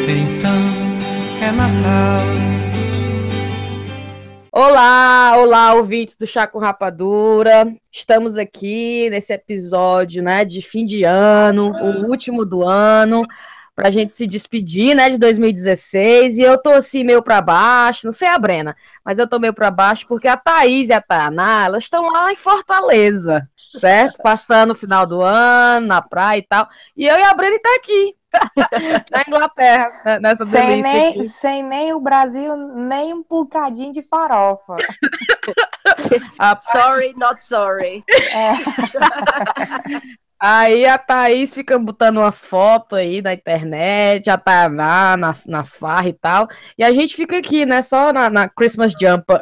Então é Natal. Olá, olá, ouvintes do Chá com Rapadura. Estamos aqui nesse episódio, né, de fim de ano, o último do ano, pra gente se despedir, né, de 2016. E eu tô assim meio pra baixo, não sei a Brena, mas eu tô meio pra baixo porque a Thaís e a Tainá, elas estão lá em Fortaleza, certo? Passando o final do ano, na praia e tal. E eu e a Brena tá aqui, na Inglaterra, né, nessa delícia aqui. Sem nem o Brasil, nem um bocadinho de farofa. Sorry, not sorry. Aí a Thaís fica botando umas fotos aí na internet, já tá lá nas farras e tal. E a gente fica aqui, né? Só na Christmas Jumper.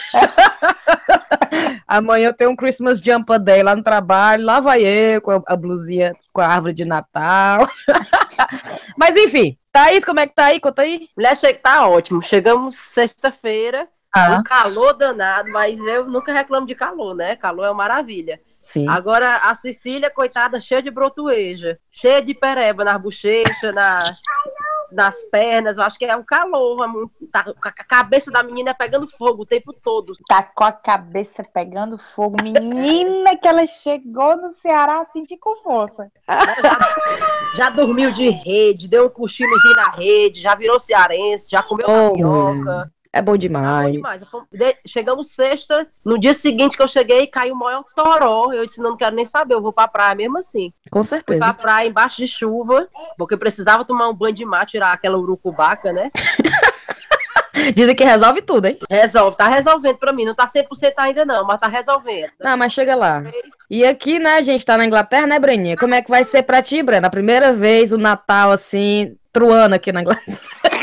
Amanhã eu tenho um Christmas Jumper Day lá no trabalho. Lá vai eu com a blusinha com a árvore de Natal. Mas enfim, Thaís, como é que tá aí? Conta aí. Mulher, tá ótimo. Chegamos sexta-feira, um calor danado, mas eu nunca reclamo de calor, né? Calor é uma maravilha. Sim. Agora, a Cecília, coitada, cheia de brotoeja, cheia de pereba nas bochechas, nas pernas. Eu acho que é o calor. A cabeça da menina é pegando fogo o tempo todo. Tá com a cabeça pegando fogo. Menina, que ela chegou no Ceará assim com força. Já dormiu de rede, deu um cochilozinho na rede, já virou cearense, já comeu tapioca. É bom demais. É bom demais. Chegamos sexta, no dia seguinte que eu cheguei, caiu o maior toró. Eu disse, não quero nem saber, eu vou pra praia mesmo assim. Com certeza. Fui pra praia embaixo de chuva, porque eu precisava tomar um banho de mar, tirar aquela urucubaca, né? Dizem que resolve tudo, hein? Resolve, tá resolvendo pra mim. Não tá 100% ainda não, mas tá resolvendo. Não, mas chega lá. E aqui, né, a gente tá na Inglaterra, né, Breninha? Como é que vai ser pra ti, Brena? A primeira vez o Natal, assim, truando aqui na Inglaterra.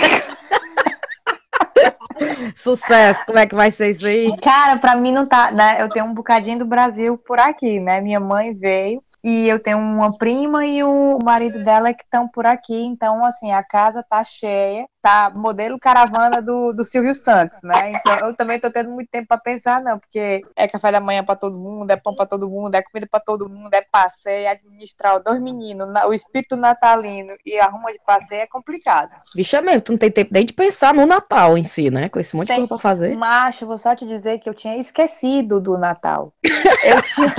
Sucesso, como é que vai ser isso aí? Cara, pra mim não tá, né? Eu tenho um bocadinho do Brasil por aqui, né? Minha mãe veio e eu tenho uma prima e o marido dela que estão por aqui, então, assim, a casa tá cheia, tá modelo caravana do Silvio Santos, né? Então, eu também tô tendo muito tempo pra pensar, não, porque é café da manhã pra todo mundo, é pão pra todo mundo, é comida pra todo mundo, é passeio, é administrar os dois meninos, o espírito natalino e a arruma de passeio é complicado. Vixe, é mesmo, tu não tem tempo nem de pensar no Natal em si, né? Com esse monte de coisa pra fazer. Macho, vou só te dizer que eu tinha esquecido do Natal. Eu tinha...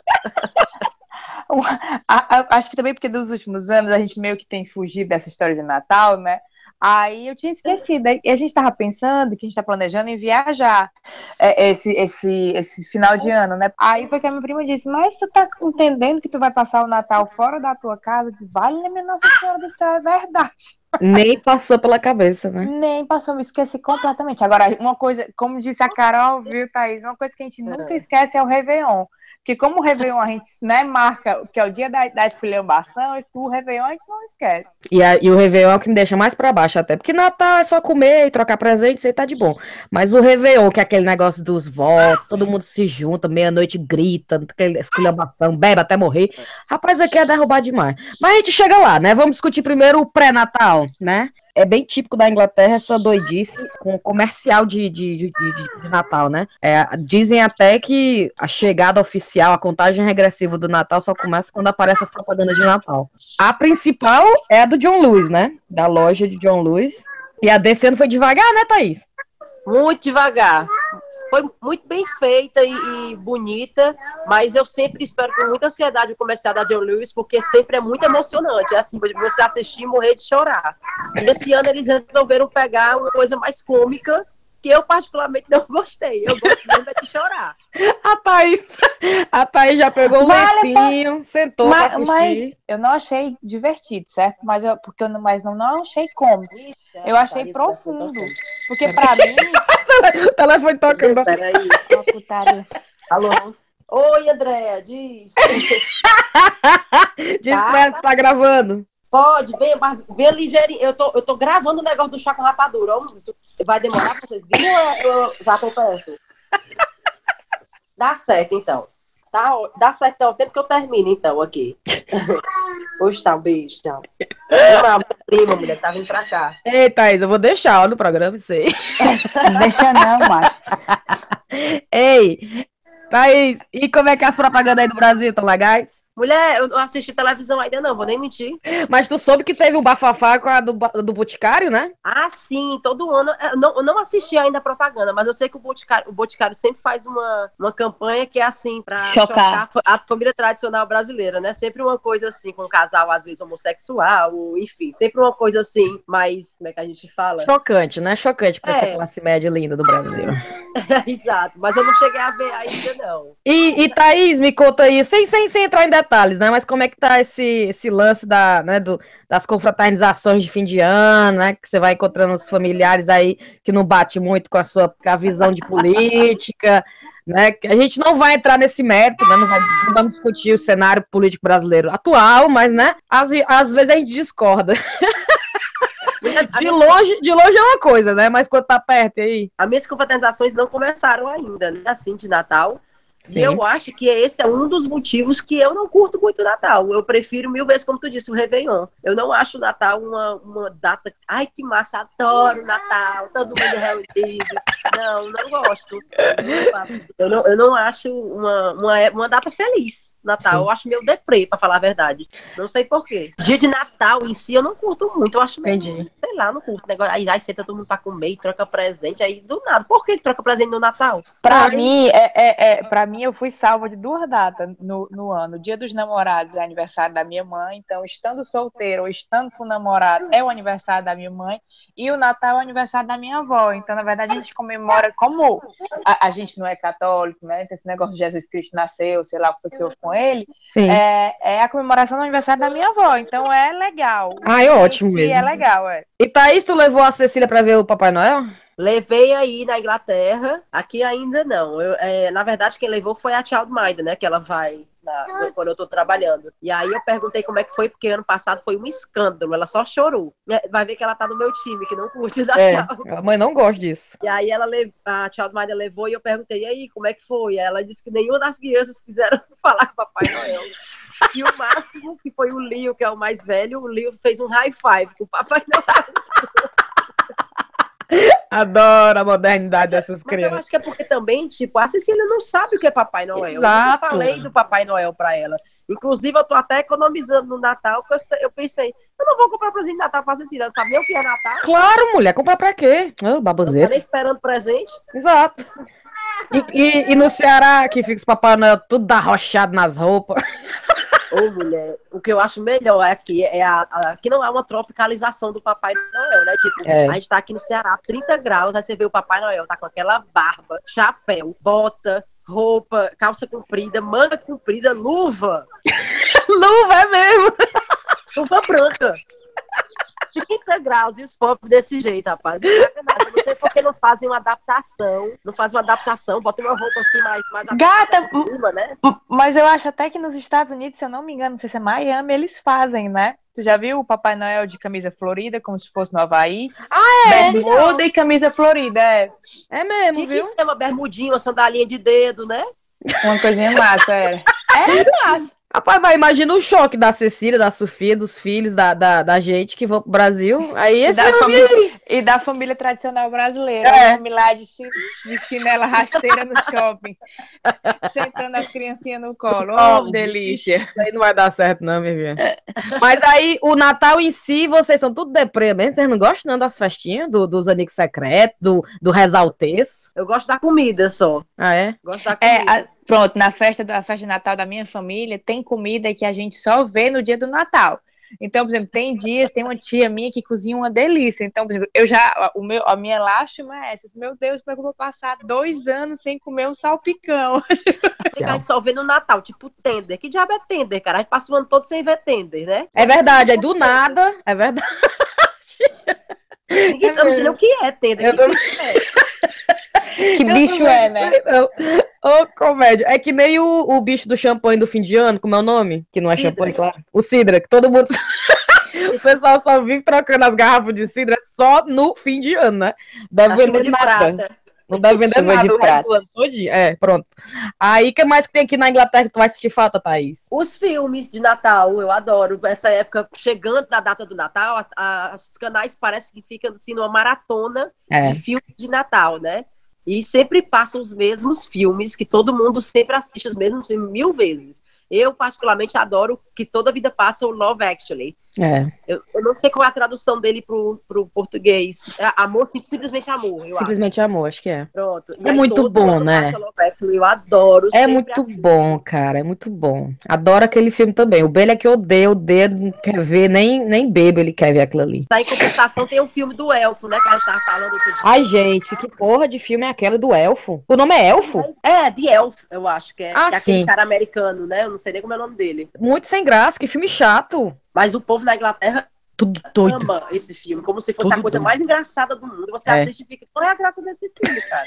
Acho que também porque dos últimos anos a gente meio que tem fugido dessa história de Natal, né? Aí eu tinha esquecido. E a gente estava pensando que a gente está planejando em viajar esse final de ano, né? Aí foi que a minha prima disse, mas tu tá entendendo que tu vai passar o Natal fora da tua casa? Eu disse, vale, minha Nossa Senhora do Céu, é verdade. Nem passou pela cabeça, né? Nem passou, me esqueci completamente. Agora, uma coisa, como disse a Carol, viu, Thaís? Uma coisa que a gente nunca esquece é o Réveillon. Porque como o Réveillon a gente, né, marca, que é o dia da esculhambação, o Réveillon a gente não esquece. E o Réveillon é o que me deixa mais pra baixo até. Porque Natal é só comer e trocar presente, isso aí tá de bom. Mas o Réveillon, que é aquele negócio dos votos, todo mundo se junta, meia-noite grita, aquela esculhambação, bebe até morrer. Rapaz, aqui é derrubar demais. Mas a gente chega lá, né? Vamos discutir primeiro o pré-natal, né? É bem típico da Inglaterra essa doidice com comercial de Natal, né? Dizem até que a chegada oficial, a contagem regressiva do Natal só começa quando aparecem as propagandas de Natal. A principal é a do John Lewis, né? Da loja de John Lewis. E a desse ano foi devagar, né, Thaís? Muito devagar. Foi muito bem feita e bonita, mas eu sempre espero com muita ansiedade o comercial da John Lewis, porque sempre é muito emocionante. É assim, você assistir e morrer de chorar. E esse ano eles resolveram pegar uma coisa mais cômica, que eu particularmente não gostei. Eu gosto mesmo de chorar. A Thaís já pegou o lencinho, sentou pra assistir. Mas eu não achei divertido, certo? Mas não achei cômico. Eu achei profundo. Porque pra mim... O telefone tocando. Peraí. Alô? Oi, Andréa, diz. Diz pra ela que tá gravando. Pode, vem ligeirinho. Eu tô gravando o negócio do chá com rapadura. Vai demorar pra vocês virem ou eu já tô perto? Dá certo, então. Dá certo, então. O tempo que eu termino, então, aqui. Hoje tá, um beijo, tchau. Uma prima, mulher, que tá vindo pra cá. Ei, Thaís, eu vou deixar, ó, no programa isso aí. Não deixa não, macho. Ei, Thaís, e como é que é as propagandas aí do Brasil? Tão legais? Mulher, eu não assisti televisão ainda não, vou nem mentir. Mas tu soube que teve o bafafá com a do Boticário, né? Ah, sim, todo ano. Eu não assisti ainda a propaganda, mas eu sei que o Boticário sempre faz uma campanha que é assim, pra Chocar. chocar a família tradicional brasileira, né? Sempre uma coisa assim, com um casal, às vezes, homossexual, ou, enfim, sempre uma coisa assim, mais, como é que a gente fala? Chocante, né? Chocante pra essa É, classe média linda do Brasil. exato, mas eu não cheguei a ver ainda, não. E Thaís, me conta aí, sem entrar em detalhes, né? Mas como é que tá esse lance das confraternizações de fim de ano, né? Que você vai encontrando os familiares aí que não bate muito com com a visão de política, né? Que a gente não vai entrar nesse mérito, né? Não vamos discutir o cenário político brasileiro atual, mas, né? Às vezes a gente discorda. De longe é uma coisa, né? Mas quando tá perto, e aí? As minhas confraternizações não começaram ainda, né? Assim, de Natal. E Sim. eu acho que esse é um dos motivos que eu não curto muito o Natal. Eu prefiro mil vezes, como tu disse, o Réveillon. Eu não acho o Natal uma data. Ai, que massa, adoro o Natal, todo mundo reunido. Não gosto. Eu não acho uma data feliz, Natal. Sim. Eu acho meio deprê, pra falar a verdade. Não sei porquê. Dia de Natal em si eu não curto muito. Eu acho meio, Entendi. sei lá, não curto. Negócio, aí senta todo mundo pra comer e troca presente. Aí do nada. Por que troca presente no Natal? Pra mim, pra mim, eu fui salva de 2 datas no ano. O Dia dos Namorados é aniversário da minha mãe, então, estando solteira ou estando com o namorado, é o aniversário da minha mãe. E o Natal é o aniversário da minha avó. Então, na verdade, a gente comemora, como a gente não é católico, né? Tem esse negócio de Jesus Cristo nasceu, sei lá o que houve com ele. Sim. É a comemoração do aniversário da minha avó. Então, é legal. Ah, é ótimo Em si, mesmo. é legal, é. E Thaís, tu levou a Cecília pra ver o Papai Noel? Levei aí na Inglaterra, aqui ainda não. Na verdade, quem levou foi a Childminder, né? Que ela vai quando eu tô trabalhando. E aí eu perguntei como é que foi, porque ano passado foi um escândalo, ela só chorou. Vai ver que ela tá no meu time, que não curte Natal. A mãe não gosta disso. E aí a Childminder levou e eu perguntei, e aí, como é que foi? E ela disse que nenhuma das crianças quiseram falar com o Papai Noel. E o máximo, que foi o Leo, que é o mais velho, o Leo fez um high five com o Papai Noel. Adoro a modernidade dessas Mas eu crianças. acho que é porque também, tipo, a Cecília não sabe o que é Papai Noel. Exato. Eu falei do Papai Noel pra ela. Inclusive, eu tô até economizando no Natal, porque eu pensei, eu não vou comprar presente de Natal pra Cecília, ela sabe nem o que é Natal. Claro, mulher, comprar pra quê? Oh, Não tá baboseira. nem esperando presente. Exato. E no Ceará, que fica os Papai Noel tudo arrochado nas roupas. Ô, mulher, o que eu acho melhor aqui que não é uma tropicalização do Papai Noel, né? Tipo, a gente tá aqui no Ceará, 30 graus, aí você vê o Papai Noel, tá com aquela barba, chapéu, bota, roupa, calça comprida, manga comprida, luva. Luva, é mesmo. Luva branca. 30 graus e os pobres desse jeito, rapaz. Eu não sei por que não fazem uma adaptação. Não fazem uma adaptação, botam uma roupa assim mais Gata, uma, né? Mas eu acho até que nos Estados Unidos, se eu não me engano, não sei se é Miami, eles fazem, né? Tu já viu o Papai Noel de camisa florida, como se fosse no Havaí? Ah, é? Bermuda e camisa florida, é. É mesmo, Tinha que viu? ser uma bermudinha, uma sandalinha de dedo, né? Uma coisinha massa, era. Era massa. Rapaz, vai, imagina o choque da Cecília, da Sofia, dos filhos da gente que vão pro Brasil. Aí esse E da família tradicional brasileira. É. O homem lá de chinela rasteira no shopping. Sentando as criancinhas no colo. Oh, delícia. Isso aí não vai dar certo, não, minha filha. Mas aí, o Natal em si, vocês são tudo deprê mesmo? Vocês não gostam não das festinhas, dos amigos secretos, do rezar o terço? Eu gosto da comida só. Ah, é? Gosto da comida. Pronto, na festa de Natal da minha família, tem comida que a gente só vê no dia do Natal. Então, por exemplo, tem uma tia minha que cozinha uma delícia. Então, por exemplo, a minha lástima é essa. Meu Deus, como é que eu vou passar 2 anos sem comer um salpicão? Tem que a gente só vê no Natal, tipo tender. Que diabo é tender, cara? A gente passa o ano todo sem ver tender, né? É verdade, aí do nada, é verdade. Ninguém sabe nem o que é tender. Que bicho é, né? Ô, comédia. É que nem o bicho do champanhe do fim de ano, como é o nome? Que não é champanhe, claro. O cidra, que todo mundo... O pessoal só vive trocando as garrafas de cidra só no fim de ano, né? Deve vender nada. Não deve vender nada o resto do ano todinho. É, pronto. Aí, o que mais que tem aqui na Inglaterra que tu vai sentir falta, Thaís? Os filmes de Natal, eu adoro. Essa época, chegando na data do Natal, os canais parece que ficam assim numa maratona de filmes de Natal, né? E sempre passam os mesmos filmes, que todo mundo sempre assiste os mesmos filmes 1000 vezes. Eu, particularmente, adoro Que Toda Vida Passa, o Love Actually. Eu não sei qual é a tradução dele pro português. Amor, simplesmente amor, eu acho. Simplesmente amor, acho que é. Pronto. É muito bom, né? Love Actually, eu adoro. É sempre muito assisto. bom, cara, é muito bom. Adoro aquele filme também. O Belo é que odeia, não quer ver, nem bebo ele quer ver aquilo ali. Tá, em compensação, tem o filme do Elfo, né? Que a gente tava falando outro dia. Ai, gente, que porra de filme é aquela do Elfo? O nome é Elfo? The Elf, eu acho que é. Ah, que é sim. aquele cara americano, né? Eu não sei nem como é o nome dele. Muito sem graça, que filme chato. Mas o povo na Inglaterra Tudo doido. ama esse filme, como se fosse Tudo a coisa doido. mais engraçada do mundo. Você assiste e fica, qual é a graça desse filme, cara?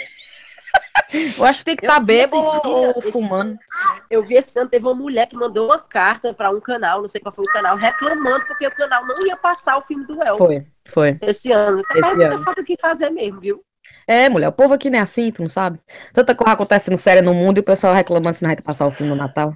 Eu acho que tem que estar bêbado ou fumando. Eu vi esse ano, teve uma mulher que mandou uma carta pra um canal, não sei qual foi o canal, reclamando porque o canal não ia passar o filme do Elfo. Foi. Esse ano. Você faz muita falta o que fazer mesmo, viu? É, mulher, o povo aqui não é assim, tu não sabe? Tanta coisa acontecendo séria no mundo e o pessoal reclamando se não vai passar o filme no Natal.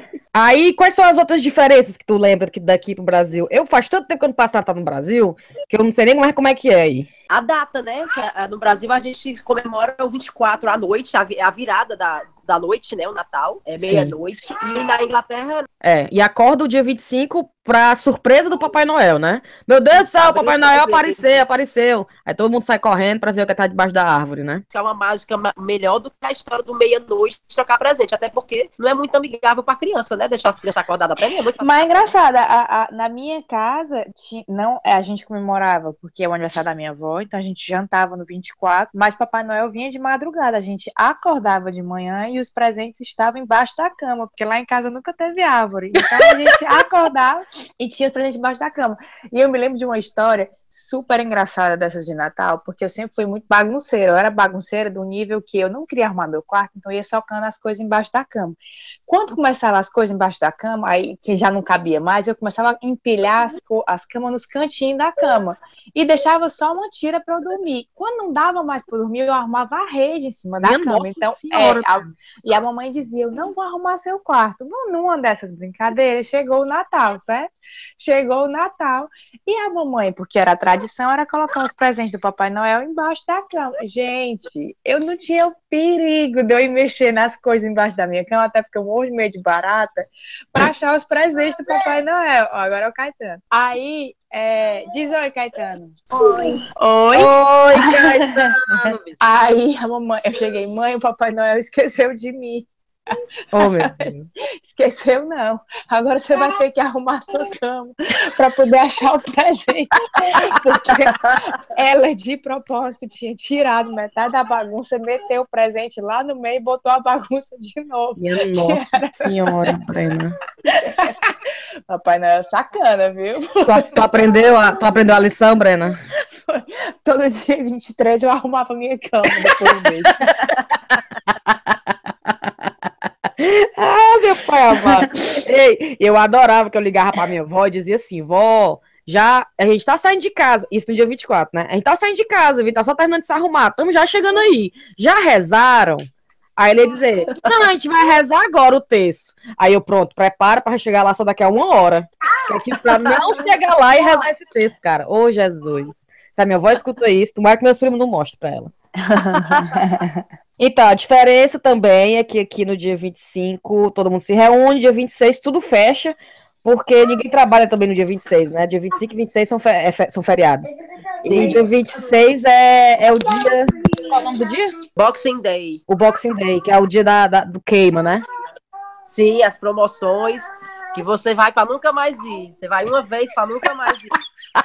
Aí, quais são as outras diferenças que tu lembra que daqui pro Brasil? Eu faz tanto tempo que eu não passo Natal no Brasil, que eu não sei nem mais como é que é aí. A data, né? Que no Brasil a gente comemora o 24 à noite, a virada da noite, né? O Natal, é meia-noite. E na Inglaterra... E acorda o dia 25 pra surpresa do Papai Noel, né? Meu Deus do céu, o Papai Noel apareceu. Aí todo mundo sai correndo pra ver o que tá debaixo da árvore, né? Que é uma mágica melhor do que a história do meia-noite de trocar presente. Até porque não é muito amigável pra criança, né? Deixar as crianças acordadas pra mim é muito... Mas é engraçado, na minha casa, a gente comemorava, porque é o aniversário da minha avó, então a gente jantava no 24, mas Papai Noel vinha de madrugada, a gente acordava de manhã e os presentes estavam embaixo da cama, porque lá em casa nunca teve árvore, então a gente acordava e tinha os presentes embaixo da cama. E eu me lembro de uma história super engraçada dessas de Natal, porque eu sempre fui muito bagunceira, eu era bagunceira do nível que eu não queria arrumar meu quarto, então eu ia socando as coisas embaixo da cama. Quando começavam as coisas embaixo da cama, aí que já não cabia mais, eu começava a empilhar as camas nos cantinhos da cama e deixava só uma tira para eu dormir. Quando não dava mais para dormir, eu arrumava a rede em cima da cama. Nossa Então, Senhora. e a mamãe dizia, eu não vou arrumar seu quarto. Numa dessas brincadeiras, chegou o Natal, certo? Chegou o Natal e a mamãe, porque era a tradição, era colocar os presentes do Papai Noel embaixo da cama. Gente, eu não tinha o perigo de eu ir mexer nas coisas embaixo da minha cama, até porque eu morro de medo de barata, para achar os presentes do Papai Noel. Ó, agora é o Caetano. Aí, diz oi, Caetano. Oi. Oi, Caetano. Aí a mamãe, eu cheguei, mãe, o Papai Noel esqueceu de mim. Oh, meu Deus. Esqueceu, não. Agora você vai ter que arrumar a sua cama para poder achar o presente. Porque ela, de propósito, tinha tirado metade da bagunça, meteu o presente lá no meio e botou a bagunça de novo. Minha Nossa Senhora, Brena. Papai Noel é sacana, viu? Tu aprendeu a lição, Brena? Todo dia 23 eu arrumava minha cama depois disso. Ah, meu pai amado. Ei, eu adorava que eu ligava pra minha avó e dizia assim, vó, a gente tá saindo de casa, isso no dia 24, né? A gente tá saindo de casa, tá só terminando de se arrumar, estamos já chegando aí. Já rezaram? Aí ele ia dizer, não, a gente vai rezar agora o terço. Aí eu, pronto, prepara pra chegar lá só daqui a 1 hora. Que é tipo pra não chegar lá e rezar esse terço, cara. Ô, Jesus. Se a minha avó escuta isso, tomara que meus primos não mostrem pra ela. Então, a diferença também é que aqui no dia 25 todo mundo se reúne, dia 26 tudo fecha, porque ninguém trabalha também no dia 26, né? Dia 25 e 26 são feriados. E dia 26 é o dia... Qual é o nome do dia? Boxing Day. O Boxing Day, que é o dia do queima, né? Sim, as promoções que você vai pra nunca mais ir. Você vai uma vez pra nunca mais ir.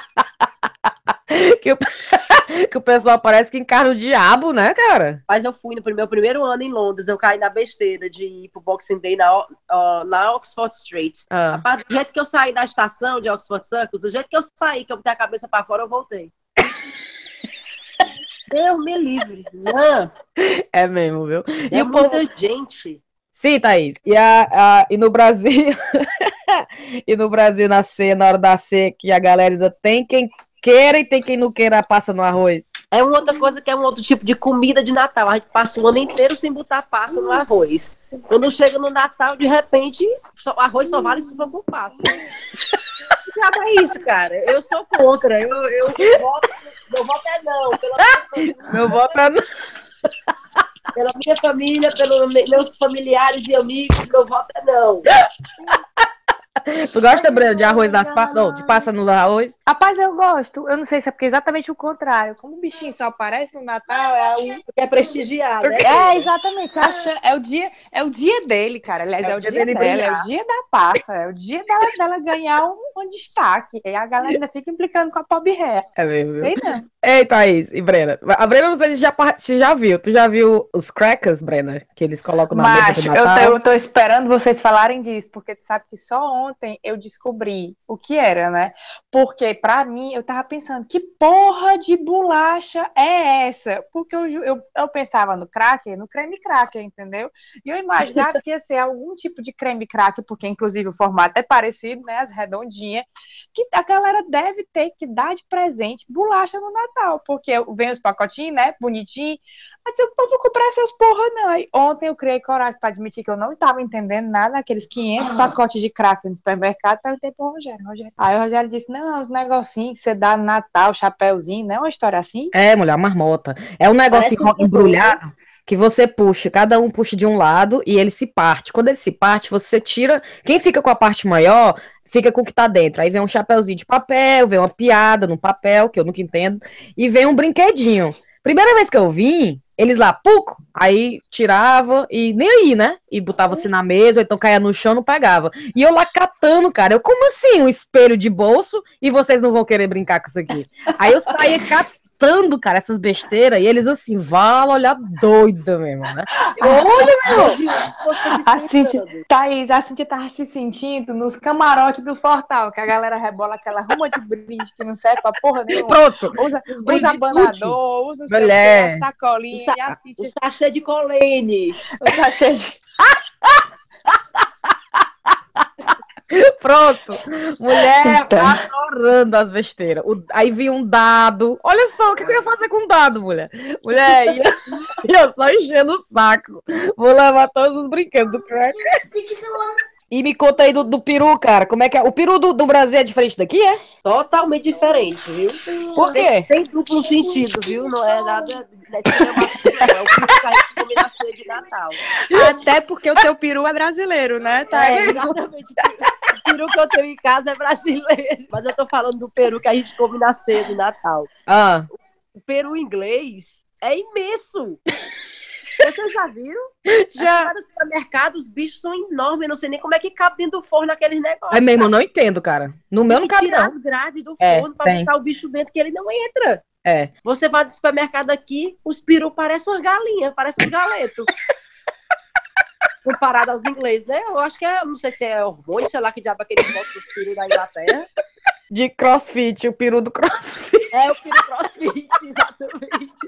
Que o pessoal parece que encarna o diabo, né, cara? Mas eu fui no meu primeiro ano em Londres, eu caí na besteira de ir pro Boxing Day na Oxford Street. Do jeito que eu saí da estação de Oxford Circus, do jeito que eu saí, que eu botei a cabeça pra fora, eu voltei. Deus me livre. Não. É mesmo, viu? É muita gente. Sim, Thaís. E no Brasil... e no Brasil, na hora da ceia, que a galera ainda tem quem queira e tem quem não queira passa no arroz. É uma outra coisa que é um outro tipo de comida de Natal. A gente passa o ano inteiro sem botar passa no arroz. Quando chega no Natal, de repente, o arroz só vale se for com passa. Que é isso, cara? Eu sou contra. Eu voto, meu voto é não. Meu voto é não. Pela minha família, pelos meus familiares e amigos, meu voto é não. Tu gosta, Breno, de arroz das passas? Não, de passa no arroz? Rapaz, eu gosto. Eu não sei se é porque é exatamente o contrário. Como o bichinho só aparece no Natal, Quer prestigiar, né? exatamente. É o dia dele, cara. Aliás, é o dia dele dela, é brilhar. o dia da passa, é o dia dela ganhar um destaque. E a galera ainda fica implicando com a pobre ré. É mesmo, viu? Sei não. Ei, Thaís e Brena. A Brena, não sei se você já viu. Tu já viu os crackers, Brena? Que eles colocam na mesa do Macho, Natal? eu tô esperando vocês falarem disso, porque tu sabe que só ontem eu descobri o que era, né? Porque pra mim, eu tava pensando, que porra de bolacha é essa? Porque eu pensava no cracker, no creme cracker, entendeu? E eu imaginava que ia ser algum tipo de creme cracker, porque inclusive o formato é parecido, né? As redondinhas, que a galera deve ter que dar de presente bolacha no Natal, porque vem os pacotinhos, né? Bonitinho. Mas eu não vou comprar essas porra, não. Aí, ontem eu criei coragem para admitir que eu não estava entendendo nada daqueles 500 pacotes de crack no supermercado. Perguntei pro Rogério. Aí o Rogério disse: não, os negocinhos que você dá no Natal, chapéuzinho, não é uma história assim? É, mulher, a marmota. É um negócio embrulhado que você puxa, cada um puxa de um lado e ele se parte. Quando ele se parte, você tira. Quem fica com a parte maior, fica com o que tá dentro. Aí vem um chapéuzinho de papel, vem uma piada no papel, que eu nunca entendo, e vem um brinquedinho. Primeira vez que eu vim, eles lá, puc, aí tirava e nem aí, né? E botava assim na mesa, ou então caía no chão, não pegava. E eu lá catando, cara. Eu, como assim? Um espelho de bolso e vocês não vão querer brincar com isso aqui? Aí eu saía catando, cara, essas besteiras, e eles assim, vala, olhar doida mesmo, né? Olha, meu! A Cintia, Thaís, a Cintia tava se sentindo nos camarotes do Fortal, que a galera rebola aquela ruma de brinde que não serve pra porra nenhuma. Pronto. Usa abanador, usa não sei o que, a sacolinha, e a Cintia... O sachê de colene. O sachê de... Pronto. Mulher adorando as besteiras. Aí vinha um dado. Olha só, o que eu ia fazer com um dado, mulher? Mulher, ia só enchendo o saco. Vou levar todos os brinquedos do crack. E me conta aí do peru, cara. Como é que é? O peru do Brasil é diferente daqui, é? Totalmente diferente, viu? Por quê? Sem duplo sentido, viu? Não é nada... É o peru que a gente come na ceia de Natal. Até porque o teu peru é brasileiro, né, Thaís? Exatamente. O peru que eu tenho em casa é brasileiro. Mas eu tô falando do peru que a gente come na ceia de Natal. Ah. O peru inglês é imenso. Vocês já viram? Já. No supermercado, os bichos são enormes. Eu não sei nem como é que cabe dentro do forno aqueles negócios. É mesmo, eu não entendo, cara. No meu não cabe, tirar não. as grades do forno pra botar o bicho dentro que ele não entra. É. Você vai no supermercado aqui, os peru parecem uma galinha, parecem um galeto. Comparado aos ingleses, né? Eu acho que é, não sei se é hormônio, sei lá que diabo aqueles botam dos peru da Inglaterra. De crossfit, o peru do crossfit. É, o peru crossfit, exatamente.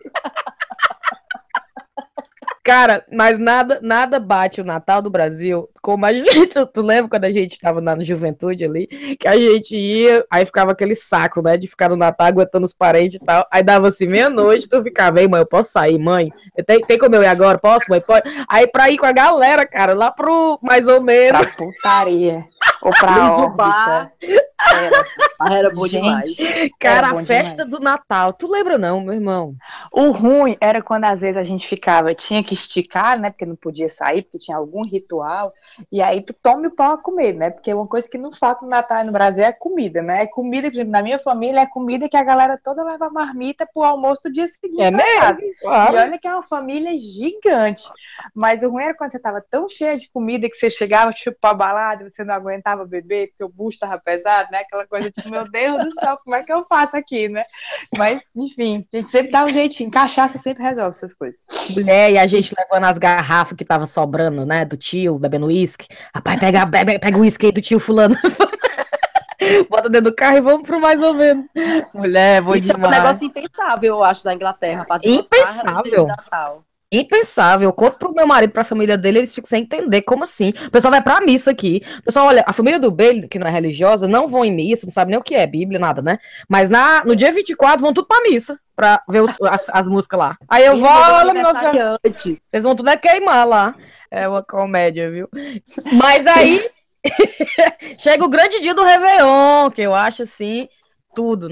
Cara, mas nada bate o Natal do Brasil como a gente. Tu lembra quando a gente tava na juventude ali? Que a gente ia, aí ficava aquele saco, né? De ficar no Natal aguentando os parentes e tal. Aí dava assim, meia-noite, tu ficava, ei, mãe, eu posso sair, mãe? Tem como eu ir agora? Posso, mãe? Pode? Aí pra ir com a galera, cara, lá pro mais ou menos. Pra putaria. Ou pra órbita. Era bom demais. Cara, a festa do Natal. Tu lembra não, meu irmão? O ruim era quando às vezes a gente ficava, tinha que esticar, né? Porque não podia sair, porque tinha algum ritual. E aí tu tome o pau a comer, né? Porque uma coisa que não falta no Natal e no Brasil é comida, né? É comida, por exemplo, na minha família é comida que a galera toda leva marmita pro almoço do dia seguinte. É mesmo? Claro. E olha que é uma família gigante. Mas o ruim era quando você tava tão cheia de comida que você chegava, tipo, pra balada, você não aguentava beber, porque o bucho tava pesado, né? Aquela coisa tipo, meu Deus do céu, como é que eu faço aqui, né? Mas, enfim, a gente sempre dá um jeitinho. Cachaça sempre resolve essas coisas. Mulher, e a gente levando as garrafas que tava sobrando, né? Do tio, bebendo uísque. Rapaz, pega o uísque aí do tio fulano. Bota dentro do carro e vamos pro mais ou menos. Mulher, bom Isso demais. É um negócio impensável, eu acho, na Inglaterra. Impensável. Impensável. Eu conto pro meu marido, pra família dele, eles ficam sem entender como assim. O pessoal vai pra missa aqui. O pessoal, olha, a família do Bailey, que não é religiosa, não vão em missa, não sabe nem o que é Bíblia, nada, né? Mas no dia 24 vão tudo pra missa, pra ver as músicas lá. Aí eu vou, olha, vocês vão tudo queimar lá. É uma comédia, viu? Mas aí chega o grande dia do Réveillon, que eu acho assim, tudo, né?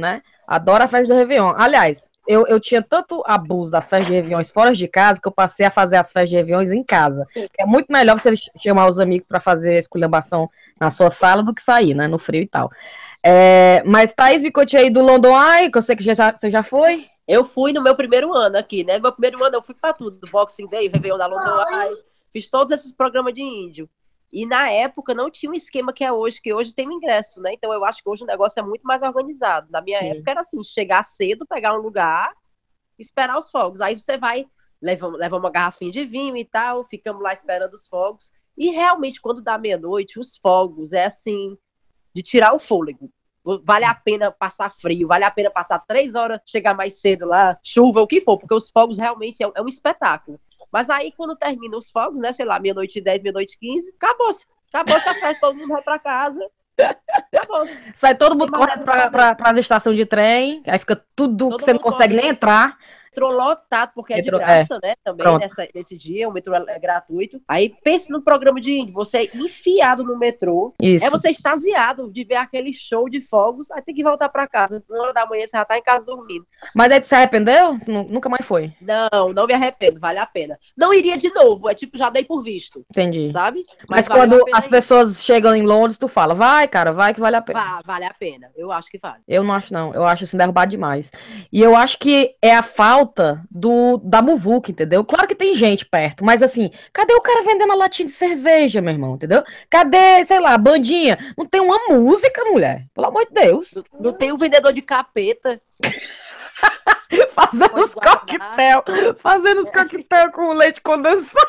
Adoro a festa do Réveillon. Aliás, eu tinha tanto abuso das festas de Réveillon fora de casa que eu passei a fazer as festas de Réveillon em casa. É muito melhor você chamar os amigos para fazer esculhambação na sua sala do que sair, né? No frio e tal. Mas Thaís, me conte aí do London Eye, que eu sei que você já foi. Eu fui no meu primeiro ano aqui, né? No meu primeiro ano eu fui pra tudo. Boxing Day, Réveillon da London Eye. Fiz todos esses programas de índio. E na época não tinha um esquema que é hoje, que hoje tem o ingresso, né? Então eu acho que hoje o negócio é muito mais organizado. Na minha época era assim, chegar cedo, pegar um lugar, esperar os fogos. Aí você vai, leva uma garrafinha de vinho e tal, ficamos lá esperando os fogos. E realmente, quando dá meia-noite, os fogos é assim, de tirar o fôlego. Vale a pena passar frio, vale a pena passar 3 horas, chegar mais cedo lá, chuva, o que for, porque os fogos realmente é um espetáculo. Mas aí, quando termina os fogos, né, sei lá, meia-noite e 10, meia-noite e 15, acabou-se. Acabou-se a festa, todo mundo vai pra casa. Acabou-se. Sai todo mundo correndo para as estações de trem, aí fica tudo Todo que você não mundo consegue nem entrar. Metrô lotado, porque é de Metrô, graça, né? Também pronto. nesse dia, o metrô é gratuito. Aí pense no programa de índio, você é enfiado no metrô, Isso. você extasiado de ver aquele show de fogos, aí tem que voltar pra casa. 1 hora da manhã você já tá em casa dormindo. Mas aí tu se arrependeu? Nunca mais foi. Não me arrependo, vale a pena. Não iria de novo, é tipo, já dei por visto. Entendi. Sabe? Mas valeu quando a pena as ir. pessoas chegam em Londres, tu fala, vai, cara, vai que vale a pena. Vale a pena, eu acho que vale. Eu não acho, não. Eu acho assim, derrubado demais. E eu acho que é a falta da muvuca, entendeu? Claro que tem gente perto, mas assim, cadê o cara vendendo a latinha de cerveja, meu irmão, entendeu? Cadê, sei lá, bandinha? Não tem uma música, mulher. Pelo amor de Deus. Não tem um vendedor de capeta. Fazendo os coquetel com leite condensado.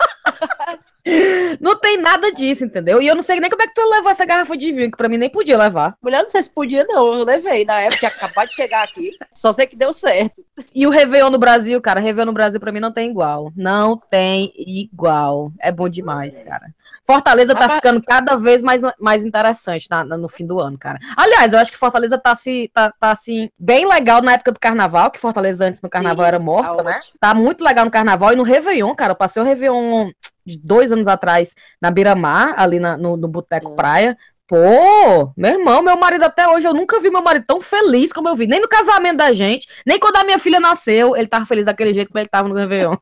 Não tem nada disso, entendeu? E eu não sei nem como é que tu levou essa garrafa de vinho, que pra mim nem podia levar. Mulher, não sei se podia, não. Eu levei. Na época que acabou de chegar aqui, só sei que deu certo. E o Réveillon no Brasil, cara, Réveillon no Brasil pra mim não tem igual. Não tem igual. É bom demais, cara. Fortaleza tá ficando cada vez mais interessante no fim do ano, cara. Aliás, eu acho que Fortaleza tá assim, bem legal na época do carnaval, que Fortaleza antes no carnaval era morta, né? Tá muito legal no carnaval e no Réveillon, cara. Eu passei o Réveillon de 2 anos atrás na Beira-Mar, ali no Boteco Praia. Pô, meu irmão, meu marido até hoje, eu nunca vi meu marido tão feliz como eu vi. Nem no casamento da gente, nem quando a minha filha nasceu, ele tava feliz daquele jeito como ele tava no Réveillon.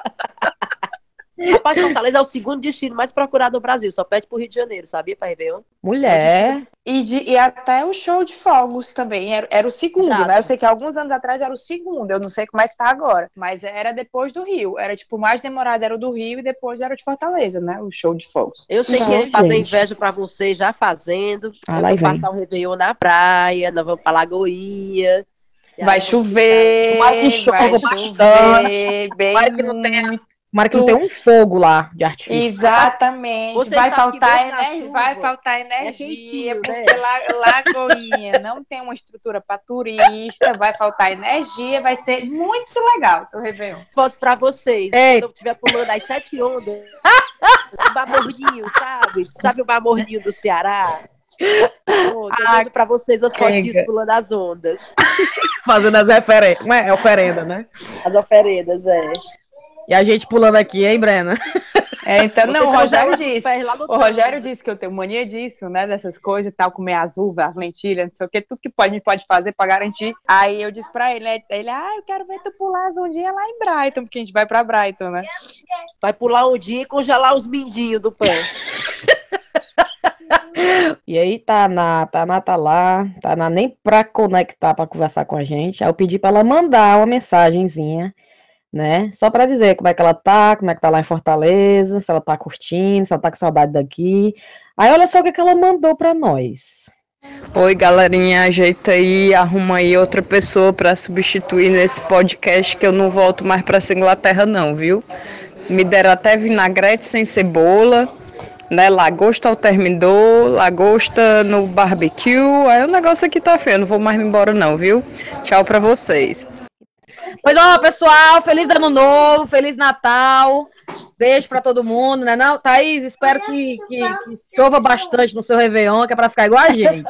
Rapaz, Fortaleza é o segundo destino mais procurado no Brasil, só pede pro Rio de Janeiro, sabia, pra Réveillon? Mulher. E até o show de fogos também, era o segundo, Exato. né? Eu sei que alguns anos atrás era o segundo, eu não sei como é que tá agora, mas era depois do Rio, era tipo, o mais demorado era o do Rio e depois era o de Fortaleza, né? O show de fogos. Eu sei que ele fazer inveja pra vocês já fazendo, eu vou passar o Réveillon na praia, nós vamos pra Lagoinha. Vai chover, vai chover, bem Tomara que não tenha um fogo lá de artifício. Exatamente. Vai faltar energia, porque Lagoinha não tem uma estrutura para turista, vai faltar energia, vai ser muito legal o Réveillon. Fotos para vocês. Ei. Quando eu estiver pulando as 7 ondas, o Bar Morninho, sabe? Sabe o Bar Morninho do Ceará? Eu mando para vocês as fotinhas pulando as ondas. Fazendo as oferendas, né? As oferendas, E a gente pulando aqui, hein, Brena? Então, não, o Rogério disse que eu tenho mania disso, né, dessas coisas e tal, comer as uvas, as lentilhas, não sei o que, tudo que me pode fazer pra garantir. Aí eu disse pra ele, eu quero ver tu pular as ondinhas lá em Brighton, porque a gente vai pra Brighton, né? Vai pular ondinha e congelar os mindinhos do pé. E aí, Taná nem pra conectar, pra conversar com a gente. Aí eu pedi pra ela mandar uma mensagenzinha, né? Só pra dizer como é que ela tá, como é que tá lá em Fortaleza, se ela tá curtindo, se ela tá com saudade daqui. Aí olha só o que ela mandou pra nós. Oi, galerinha, ajeita aí, arruma aí outra pessoa pra substituir nesse podcast que eu não volto mais pra essa Inglaterra não, viu? Me deram até vinagrete sem cebola, né? Lagosta ao termidor, lagosta no barbecue. Aí o negócio aqui tá feio, não vou mais me embora não, viu? Tchau pra vocês. Pois ó, pessoal, feliz ano novo, feliz Natal, beijo pra todo mundo, né não? Thaís, espero que chova bastante no seu Réveillon, que é pra ficar igual a gente.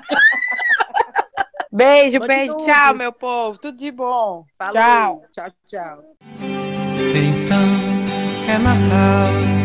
Beijo, tchau, meu povo, tudo de bom. Falou. Tchau. Então é Natal.